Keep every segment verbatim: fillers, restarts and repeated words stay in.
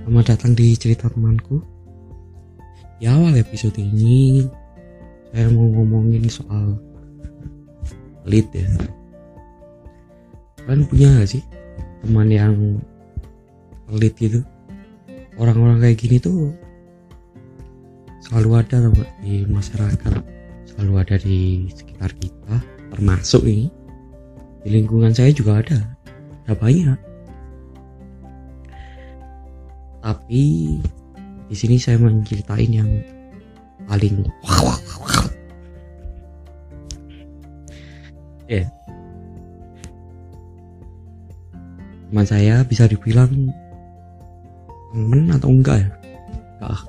Selamat datang di cerita temanku. Di awal episode ini saya mau ngomongin soal pelit ya. Kalian punya gak sih teman yang pelit gitu? Orang-orang kayak gini tuh selalu ada tau gak, di masyarakat, selalu ada di sekitar kita, termasuk ini di lingkungan saya juga ada, ada banyak. Tapi di sini saya menceritain yang paling wow, wow, wow. Ya, yeah. Teman saya bisa dibilang temen atau enggak ya? Enggak.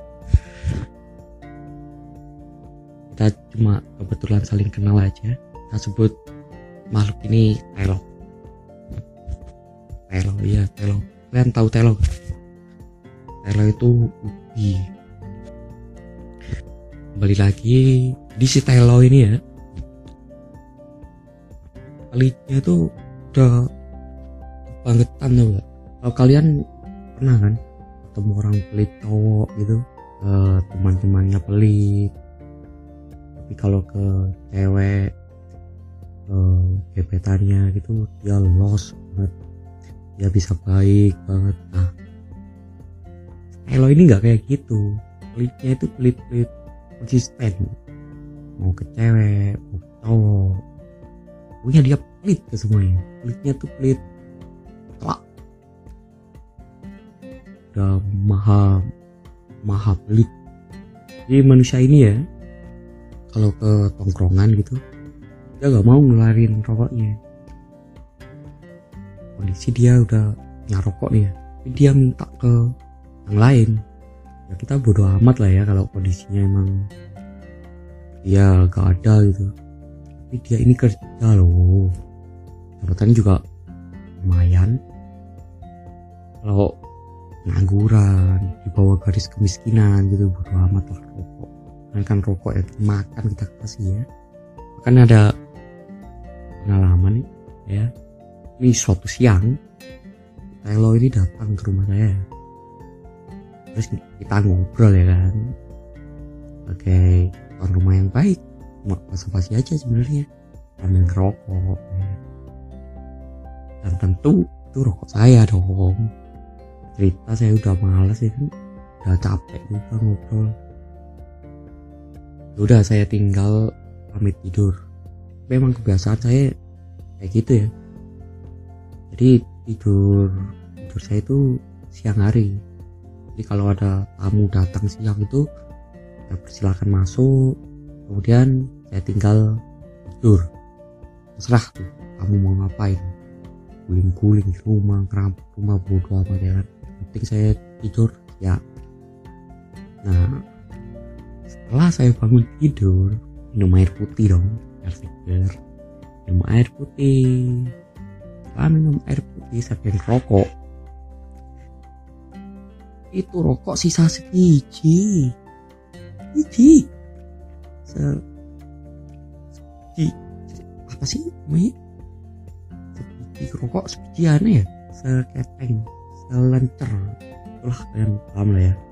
Kita cuma kebetulan saling kenal aja. Kita sebut makhluk ini Telo. Telo, iya Telo. Kalian tahu Telo? Telo itu ubi. Kembali lagi di si Telo ini ya. Pelitnya tuh udah kebangetan tuh gak? Kalau kalian pernah kan ketemu orang pelit cowok gitu, ke teman-temannya pelit. Tapi kalau ke cewek, ke gebetannya gitu, dia los banget, dia bisa baik banget. Nah, Telo ini nggak kayak gitu. Pelitnya itu pelit-pelit konsisten, mau ke cewek, mau ke cowok, punya dia pelit ke semuanya. Pelitnya tuh pelit telak, udah maha maha pelit. Jadi manusia ini ya, kalau ke tongkrongan gitu, dia nggak mau ngeluarin rokoknya. Kondisi dia udah punya rokok nih ya, tapi dia minta ke yang lain. Ya kita bodo amat lah ya kalau kondisinya emang dia gak ada gitu. Tapi dia ini kerja loh, jabatannya juga lumayan. Kalau pengangguran, di bawah garis kemiskinan gitu, bodo amat lah rokok. Kan kan rokok ya makan kita kasih ya. Kan ada pengalaman nih ya. Ini suatu siang Telo ini datang ke rumah saya. Terus kita ngobrol ya kan, sebagai tuan rumah yang baik, cuma basa-basi aja sebenarnya, sambil ngerokok ya. Dan tentu itu rokok saya dong. Cerita saya udah malas ya kan, udah capek juga ngobrol. Udah saya tinggal pamit tidur. Memang kebiasaan saya kayak gitu ya. Jadi tidur tidur saya itu siang hari. Jadi kalau ada tamu datang siang itu, ya persilakan masuk. Kemudian saya tinggal tidur. Terserah tuh kamu mau ngapain, guling-guling di rumah, ngerampok rumah, bodo amat ya kan. Penting saya tidur ya. Nah, setelah saya bangun tidur, minum air putih dong, biar seger. Minum air putih. Setelah minum air putih, saya pengen rokok. Itu rokok sisa sebiji, biji, se, sebiji, apa sih namanya? Sebiji rokok, sebiji aneh ya, seketeng, selencer, itulah kalian paham lah ya.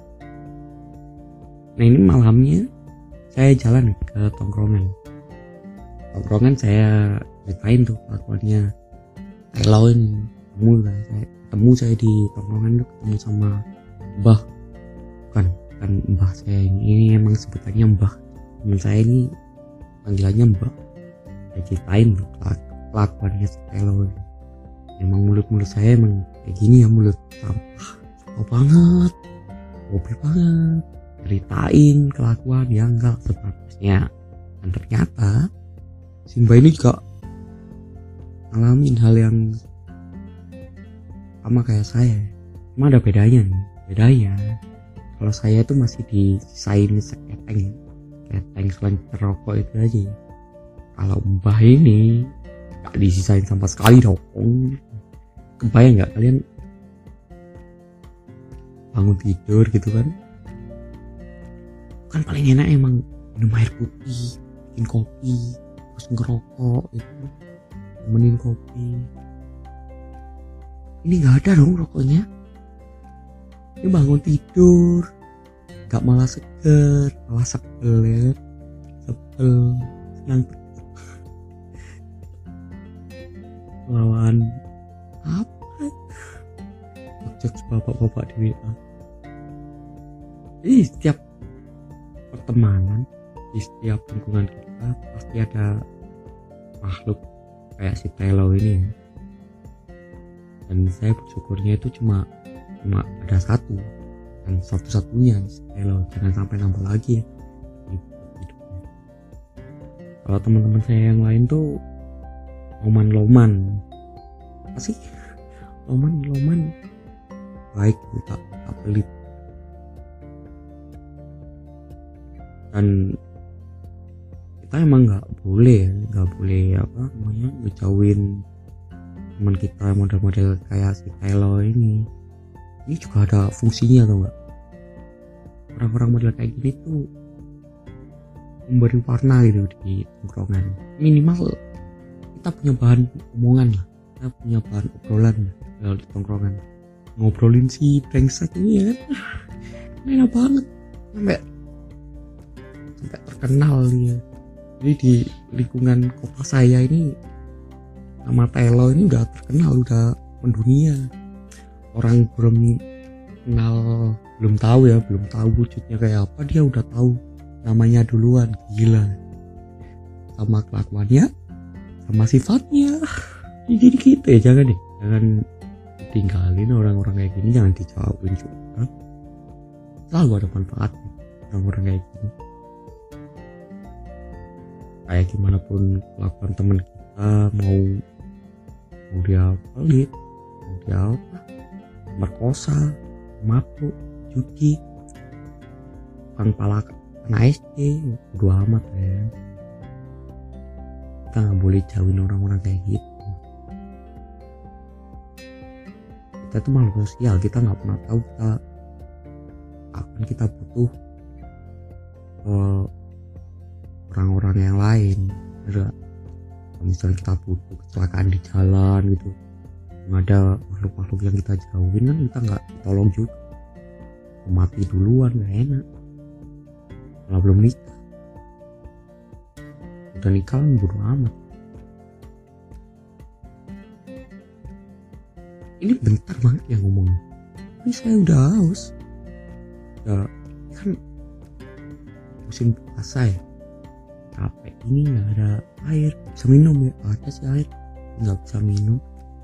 Nah ini malamnya saya jalan ke tongkrongan, tongkrongan saya ceritain tuh kelakuannya Telo ini. Ketemu lah saya, ketemu saya di tongkrongan tuh ketemu sama Mbah, bukan bukan Mbah saya ini, ini emang sebutannya Mbah. Teman saya ini panggilannya Mbah. Saya ceritain tuh kelakuannya si Telo. Emang mulut-mulut saya emang kayak gini ya, mulut sampah, suka banget, goblok banget, ceritain kelakuan yang enggak sepantasnya. Dan ternyata si Mbah ini juga ngalamin hal yang sama kayak saya, cuma ada bedanya nih. Bedanya kalau saya itu masih disisain seketeng, seketeng selencer rokok itu aja. Kalau Mbah ini gak disisain sama sekali dong. Kebayang gak kalian bangun tidur gitu kan, kan paling enak emang minum air putih, bikin kopi, terus ngerokok itu, temenin kopi. Ini nggak ada dong rokoknya. ini bangun tidur gak malah seger, malah sebel ya, sebel senang lawan apa jokes bapak-bapak di W A. Jadi setiap pertemanan, di setiap lingkungan kita pasti ada makhluk kayak si Telo ini ya. Dan saya bersyukurnya itu cuma cuma ada satu dan satu-satunya si Telo, jangan sampai nambah lagi ya di hidupnya. Kalau teman-teman saya yang lain tuh loman-loman, apa sih loman-loman baik, tak tak pelit. Dan kita emang nggak boleh nggak boleh apa namanya ngejauhin teman kita model-model kayak si Telo ini. Ini juga ada fungsinya tau nggak, orang-orang model kayak gini tuh memberi warna gitu di tongkrongan. Minimal kita punya bahan omongan lah, kita punya bahan obrolan kalau di tongkrongan. Ngobrolin si brengsek ini ya kan enak banget, sampai sampai terkenal dia. Jadi di lingkungan kota saya ini nama Telo ini udah terkenal, udah mendunia. Orang belum kenal, belum tahu ya, belum tahu wujudnya kayak apa, dia udah tahu namanya duluan. Gila, sama kelakuannya, sama sifatnya. Jadi gitu ya, jangan deh, jangan tinggalin orang-orang kayak gini, jangan dijauhin juga. Selalu ada manfaatnya orang-orang kayak gini. Kayak gimana pun kelakuan teman kita, mau mau dia pelit, mau dia apa, merkosa, mabuk, judi, tukang palak anak S D, bodo amat ya. Kita nggak boleh jauhin orang-orang kayak gitu. Kita tuh makhluk sosial, kita nggak pernah tahu kita kapan kita butuh uh, orang-orang yang lain. Bener gak? Kalau misalnya kita butuh kecelakaan di jalan gitu, ada makhluk-makhluk yang kita jauhin kan kita nggak tolong juga, mati duluan gak enak. Malah belum nikah, udah nikah kan bodo amat. Ini bentar banget yang ngomong, ini saya udah haus ya, kan musim puasa ya, capek ini nggak ada air, bisa minum ya, ada sih air, nggak bisa minum.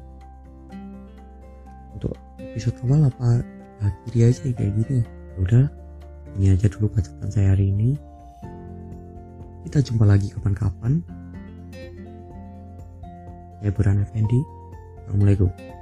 Untuk episode awal apa akhiri aja kayak gini ya. Udah, ini aja dulu bacotan saya hari ini. Kita jumpa lagi kapan-kapan. Saya Burhan Effendi. Assalamualaikum.